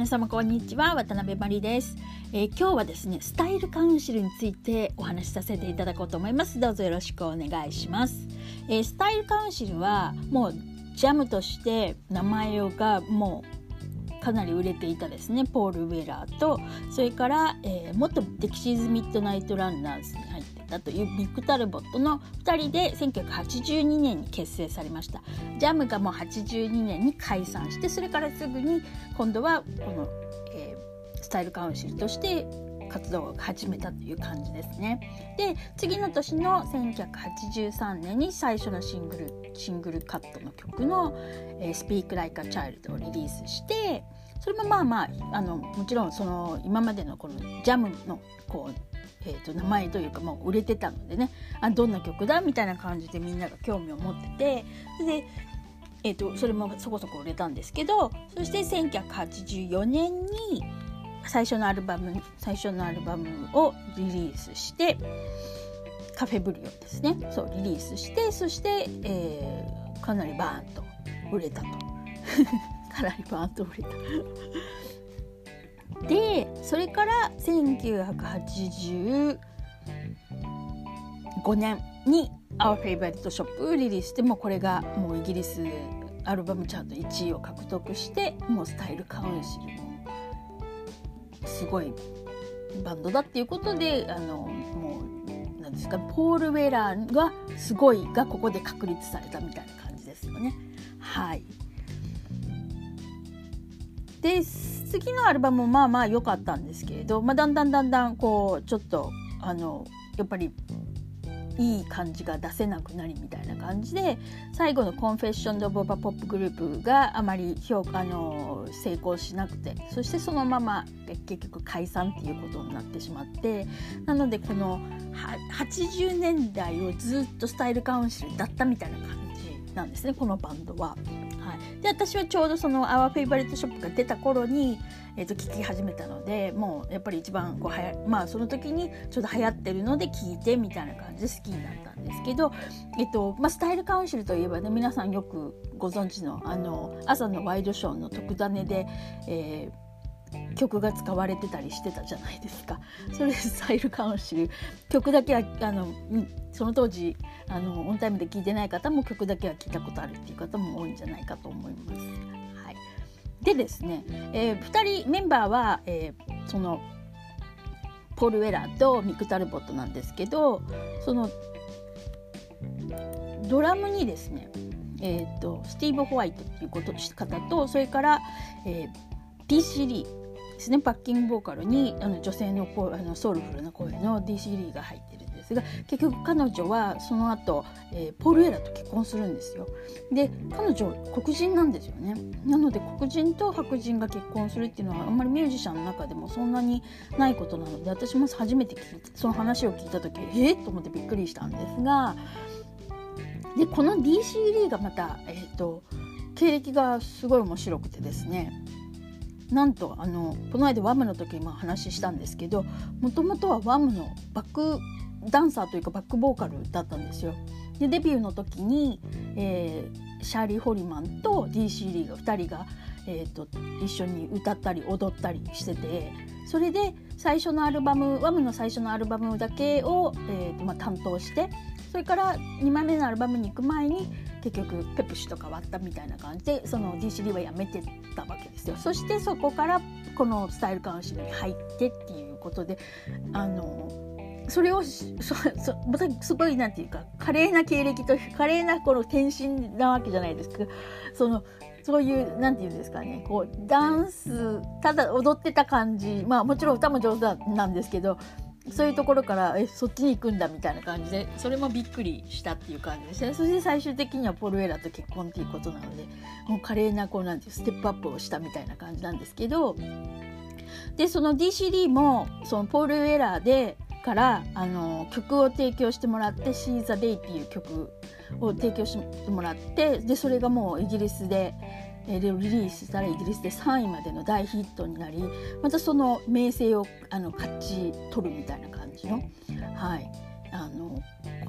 様こんにちは、渡辺真理です。今日はですねスタイルカウンシルについてお話しさせていただこうと思います。どうぞよろしくお願いします。スタイルカウンシルはもうジャムとして名前がもうかなり売れていたですねポール・ウェラーと、それから、元デキシーズ・ミッドナイト・ランナーズに入ってたというビッグ・タルボットの2人で1982年に結成されました。ジャムがもう82年に解散して、それからすぐに今度はこの、スタイルカウンシルとして活動を始めたという感じですね。で、次の年の1983年に最初のシングルカットの曲の、Speak Like a Child をリリースして、それももちろんその今までのこのジャムの名前というかもう売れてたのでね、どんな曲だみたいな感じでみんなが興味を持ってて、で、それもそこそこ売れたんですけど、そして1984年に最初のアルバムをリリースして、カフェブリオですね、そうリリースして、そして、かなりバーンと売れたとかなりバーンと売れたで、それから1985年に Our Favorite Shop をリリースして、もうこれがもうイギリスアルバムチャート1位を獲得して、もうスタイルカウンシルもすごいバンドだっていうことで、もうなんですか、ポール・ウェラーがすごいがここで確立されたみたいな感じですよね。はい。で、次のアルバムも良かったんですけれど、だんだんこうちょっとやっぱりいい感じが出せなくなりみたいな感じで、最後のコンフェッション・オブ・ポップグループがあまり成功しなくて、そしてそのまま結局解散っていうことになってしまって、なのでこの80年代をずっとスタイルカウンシルだったみたいな感じなんですね、このバンドは。はい、で、私はちょうどその Our Favorite Shop が出た頃に聴き始めたので、もうやっぱり一番その時にちょうど流行ってるので聴いてみたいな感じで好きになったんですけど、スタイルカウンシルといえばね、皆さんよくご存知の朝のワイドショーの特ダネで、曲が使われてたりしてたじゃないですか。それでスタイルカウンシル、曲だけはその当時オンタイムで聴いてない方も曲だけは聴いたことあるっていう方も多いんじゃないかと思います。はい、でですね、2人メンバーは、そのポール・ウェラーとミック・タルボットなんですけど、そのドラムにですね、スティーブ・ホワイトっていう方と、それから、DC リーですね、バッキングボーカルに女性のソウルフルな声の DC リーが入ってるんですが、結局彼女はその後、ポール・ウェラーと結婚するんですよ。で、彼女黒人なんですよね。なので黒人と白人が結婚するっていうのはあんまりミュージシャンの中でもそんなにないことなので、私も初めてその話を聞いた時と思ってびっくりしたんですが、でこの DC リーがまた、経歴がすごい面白くてですね、なんとこの間ワムの時にも話したんですけど、もともとはワムのバックダンサーというかバックボーカルだったんですよ。で、デビューの時に、シャーリー・ホリマンと DC リーが2人が、一緒に歌ったり踊ったりしてて、それでワムの最初のアルバムだけを、担当して、それから2枚目のアルバムに行く前に結局ペプシと変わったみたいな感じで、その DC リーはやめてたわけですよ。そしてそこからこのスタイルカウンシルに入ってっていうことで、それをまたすごいなんていうか華麗な経歴と華麗なこの転身なわけじゃないですか。そういうなんていうんですかね、こうダンスただ踊ってた感じ、もちろん歌も上手なんですけど、そういうところからそっちに行くんだみたいな感じで、それもびっくりしたっていう感じですね。そして最終的にはポール・ウェラーと結婚っていうことなので、もう華麗ななんていうステップアップをしたみたいな感じなんですけど、でその DCD もそのポール・ウェラーでから曲を提供してもらって、シーザ・デイっていう曲を提供してもらって、でそれがもうイギリスでリリースしたらイギリスで3位までの大ヒットになり、またその名声を勝ち取るみたいな感じの、はい、こ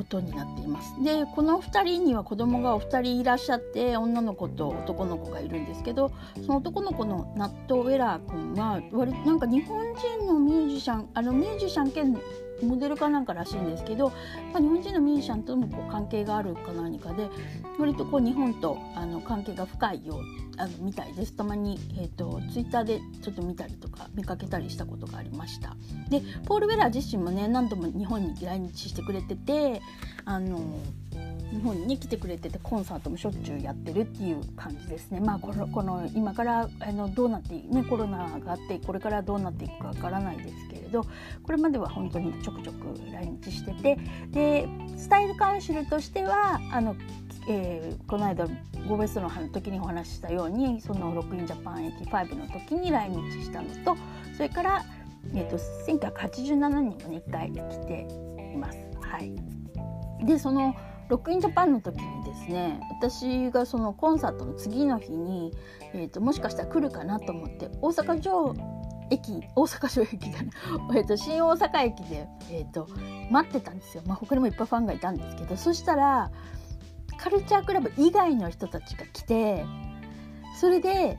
ことになっています。でこの2人には子供がお二人いらっしゃって、女の子と男の子がいるんですけど、その男の子のナット・ウェラー君はなんか日本人のミュージシャン兼モデルかなんからしいんですけど、日本人のミュージシャンとも関係があるか何かで、割と日本と関係が深いようみたいです。たまに、ツイッターでちょっと見たりとか見かけたりしたことがありました。でポール・ウェラー自身もね、何度も日本に来日してくれてて、日本に、来てくれてて、コンサートもしょっちゅうやってるっていう感じですね。この今からどうなってコロナがあってこれからどうなっていくかわからないですけれど、これまでは本当にちょくちょく来日してて、でスタイルカウンシルとしてはこの間ゴーベストの時にお話ししたように、そのロックインジャパン85の時に来日したのと、それから、1987年にもね1回来ています。はい、でそのロックインジャパンの時にですね、私がそのコンサートの次の日に、もしかしたら来るかなと思って大阪城駅だね新大阪駅で、待ってたんですよ。他にもいっぱいファンがいたんですけど、そしたらカルチャークラブ以外の人たちが来て、それで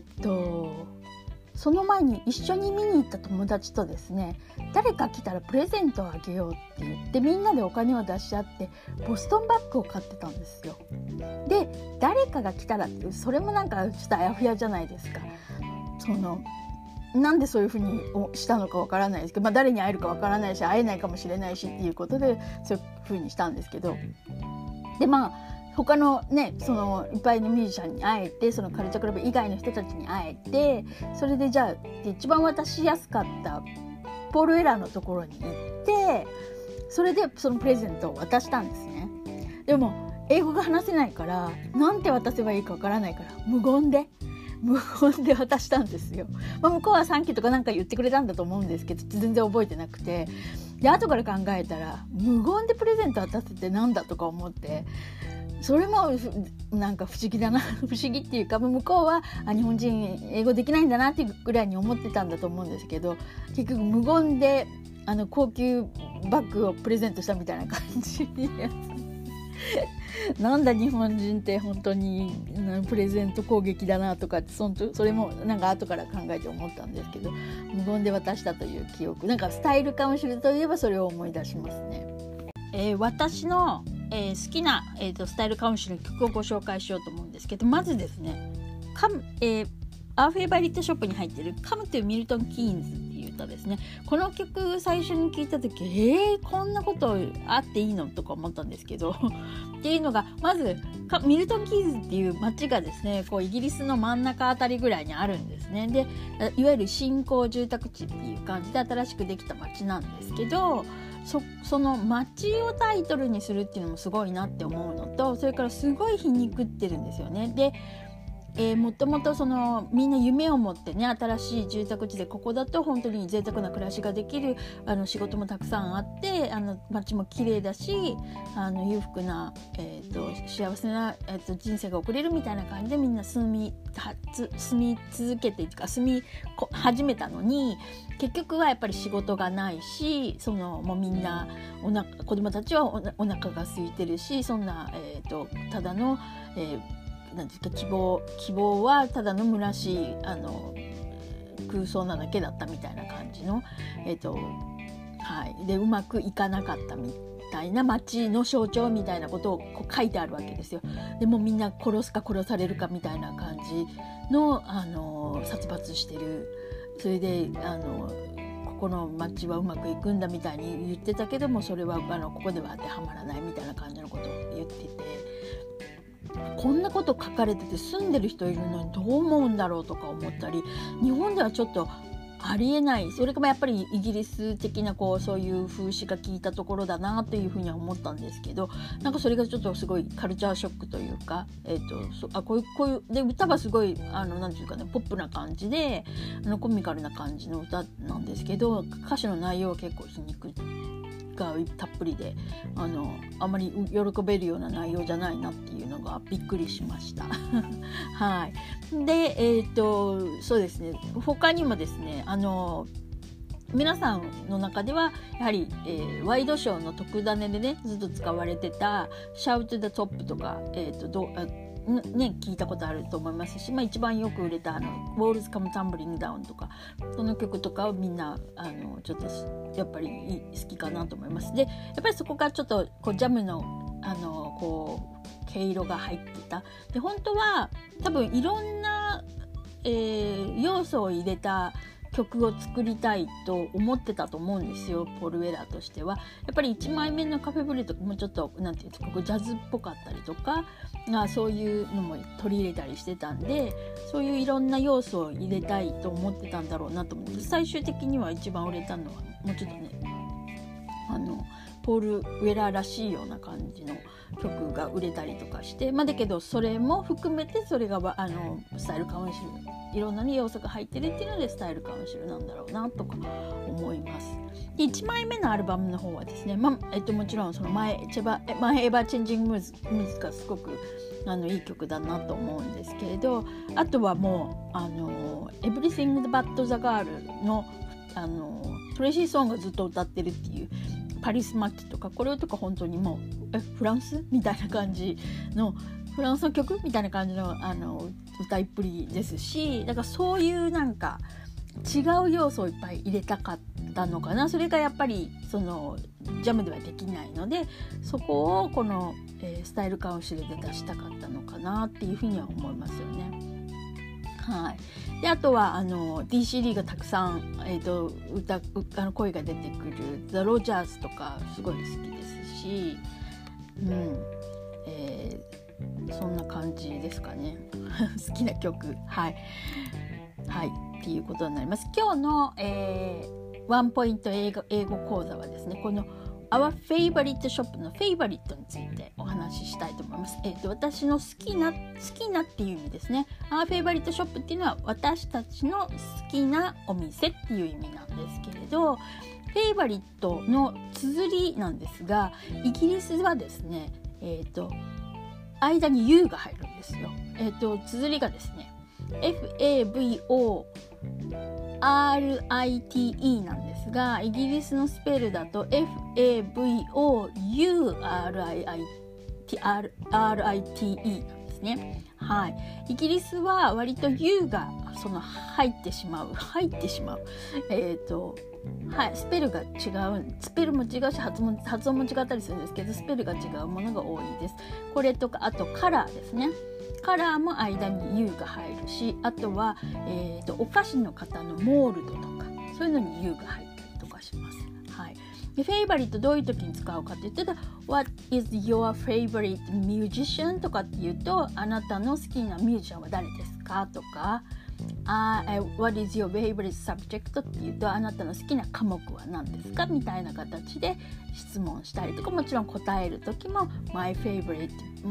その前に一緒に見に行った友達とですね、誰か来たらプレゼントをあげようって言ってみんなでお金を出し合ってボストンバッグを買ってたんですよ。で誰かが来たらっていう、それもなんかちょっとあやふやじゃないですか。なんでそういう風にしたのかわからないですけど、誰に会えるかわからないし会えないかもしれないしっていうことでそういう風にしたんですけど、で他のね、そのいっぱいのミュージシャンに会えて、そのカルチャークラブ以外の人たちに会えて、それでじゃあ一番渡しやすかったポール・ウェラーのところに行って、それでそのプレゼントを渡したんですね。でも英語が話せないからなんて渡せばいいかわからないから、無言で渡したんですよ。向こうはサンキューとかなんか言ってくれたんだと思うんですけど、全然覚えてなくて、で後から考えたら無言でプレゼント渡せてなんだとか思って、それもなんか不思議だな不思議っていうか、向こうは日本人英語できないんだなっていうぐらいに思ってたんだと思うんですけど、結局無言で高級バッグをプレゼントしたみたいな感じなんだ日本人って本当にプレゼント攻撃だなとかって、それもなんか後から考えて思ったんですけど、無言で渡したという記憶、なんかスタイルカウンシルといえばそれを思い出しますね。私の、好きな、スタイルカウンシルの曲をご紹介しようと思うんですけど、まずですね、アーフェイバリットショップに入ってる Come to Milton Keynes っていう歌ですね。この曲最初に聞いた時、こんなことあっていいのとか思ったんですけどっていうのが、まずミルトンキーズっていう街がですね、イギリスの真ん中あたりぐらいにあるんですね。でいわゆる新興住宅地っていう感じで新しくできた街なんですけど、その街をタイトルにするっていうのもすごいなって思うのと、それからすごい皮肉ってるんですよね。でもともとみんな夢を持ってね、新しい住宅地でここだと本当に贅沢な暮らしができる、仕事もたくさんあって、街も綺麗だし、裕福な、幸せな、人生が送れるみたいな感じでみんな住み続けて住み始めたのに、結局はやっぱり仕事がないし、もうみんな子供たちはお腹が空いてるし、そんな、ただの、なんですか、希望はただの虚しい空想なだけだったみたいな感じの、でうまくいかなかったみたいな街の象徴みたいなことを書いてあるわけですよ。でもみんな殺すか殺されるかみたいな感じの、殺伐してる。それでここの街はうまくいくんだみたいに言ってたけども、それはここでは当てはまらないみたいな感じのことを言ってて、こんなこと書かれてて住んでる人いるのにどう思うんだろうとか思ったり、日本ではちょっとありえない、それかやっぱりイギリス的なそういう風刺が効いたところだなというふうには思ったんですけど、なんかそれがちょっとすごいカルチャーショックというか、こういうで歌はすごいなんていうかね、ポップな感じでコミカルな感じの歌なんですけど、歌詞の内容は結構皮肉がたっぷりで、あまり喜べるような内容じゃないなっていうのがびっくりしましたはい。でそうですね、他にもですね、 皆さんの中ではやはり、ワイドショーの特ダネでねずっと使われてたシャウト・ザ・トップとか、聞いたことあると思いますし、一番よく売れたWalls Come Tumbling Down とかその曲とかをみんなちょっとやっぱり好きかなと思います。でやっぱりそこからちょっとこうジャムのこう毛色が入ってた。で本当は多分いろんな、要素を入れた曲を作りたいと思ってたと思うんですよ、ポール・ウェラーとしては。やっぱり1枚目のカフェブレとかもちょっとなんていうんですか、こうジャズっぽかったりとかそういうのも取り入れたりしてたんで、そういういろんな要素を入れたいと思ってたんだろうなと思って、最終的には一番売れたのはもうちょっとねポール・ウェラーらしいような感じの曲が売れたりとかして、だけどそれも含めてそれがスタイルカウンシル、いろんな、要素が入ってるっていうのでスタイルカウンシルなんだろうなとか思います。で1枚目のアルバムの方はですね、もちろんその前エバーチェンジングムーズがすごくいい曲だなと思うんですけれど、あとはもうEverything But the Girl のトレイシー・ソーンがずっと歌ってるっていうパリス・マキとか、これとか本当にもうフランスみたいな感じのフランスの曲みたいな感じの歌いっぷりですし、だからそういうなんか違う要素をいっぱい入れたかったのかな。それがやっぱりそのジャムではできないので、そこをこの、スタイルカウンシルで出したかったのかなっていうふうには思いますよね。はい、であとはDCD がたくさん、声が出てくる The Rogers とかすごい好きですし、そんな感じですかね好きな曲、はいっていうことになります。今日の、ワンポイント英語講座はですね、このOur Favorite Shop のフェイバリットについてお話ししたいと思います。私の好きなっていう意味ですね。Our Favorite Shop っていうのは私たちの好きなお店っていう意味なんですけれど、フェイバリットの綴りなんですが、イギリスはですね、間に U が入るんですよ。綴りがですね FAVORITE なんですが、イギリスのスペルだと FAVOURITE なんですね。はい、イギリスは割と U が入ってしまう、スペルが違う、スペルも違うし発音も違ったりするんですけど、スペルが違うものが多いです。これとか、あとカラーですね。カラーも間に U が入るし、あとは、お菓子の方のモールドとかそういうのに U が入ったりとかします。はい、でフェイバリットどういう時に使うかって言ったら What is your favorite musician とかって言うと、あなたの好きなミュージシャンは誰ですかとか、What is your favorite subject って言うと、あなたの好きな科目は何ですかみたいな形で質問したりとか、もちろん答える時も My favorite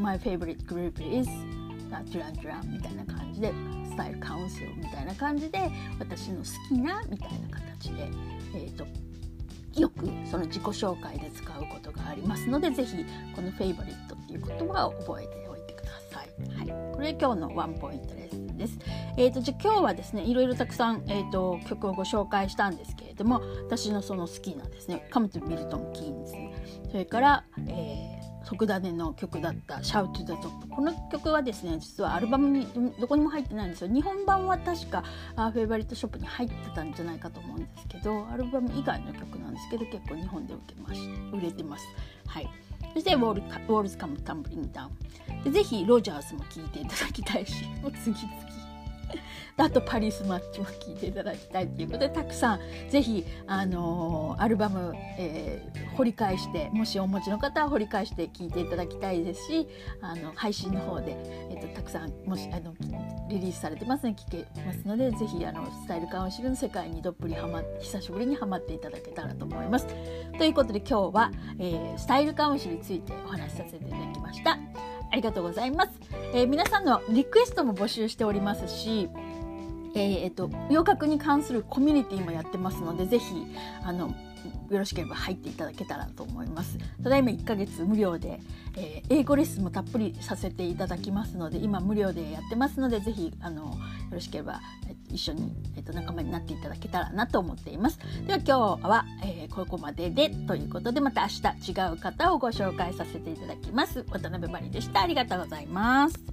group isデュランみたいな感じで、スタイルカウンセルみたいな感じで、私の好きなみたいな形で、よくその自己紹介で使うことがありますので、ぜひこのフェイバリットっていう言葉を覚えておいてください。はい、これ今日のワンポイントレッスンです。じゃあ今日はですね、いろいろたくさん、曲をご紹介したんですけれども、私のその好きなですね、Come to Milton Keynes、それから、特ダネの曲だったShout to the Top。 この曲はですね、実はアルバムにどこにも入ってないんですよ。日本版は確かフェイバリットショップに入ってたんじゃないかと思うんですけど、アルバム以外の曲なんですけど、結構日本で売れてます。はい、そして Walls Come Tumbling Down で、ぜひロジャースも聴いていただきたいし、もう次あとパリスマッチも聴いていただきたいということで、たくさんぜひアルバム、掘り返して、もしお持ちの方は掘り返して聴いていただきたいですし、配信の方で、たくさんもしリリースされてますので聴けますので、ぜひスタイルカウンシルの世界にどっぷり久しぶりにハマっていただけたらと思います。ということで今日は、スタイルカウンシルについてお話しさせていただきました。ありがとうございます。皆さんのリクエストも募集しておりますし、洋楽に関するコミュニティもやってますので、ぜひよろしければ入っていただけたらと思います。ただいま1ヶ月無料で、英語レッスンもたっぷりさせていただきますので、今無料でやってますので、ぜひよろしければ一緒に、仲間になっていただけたらなと思っています。では今日は、ここまででということで、また明日違う方をご紹介させていただきます。渡辺真理でした。ありがとうございます。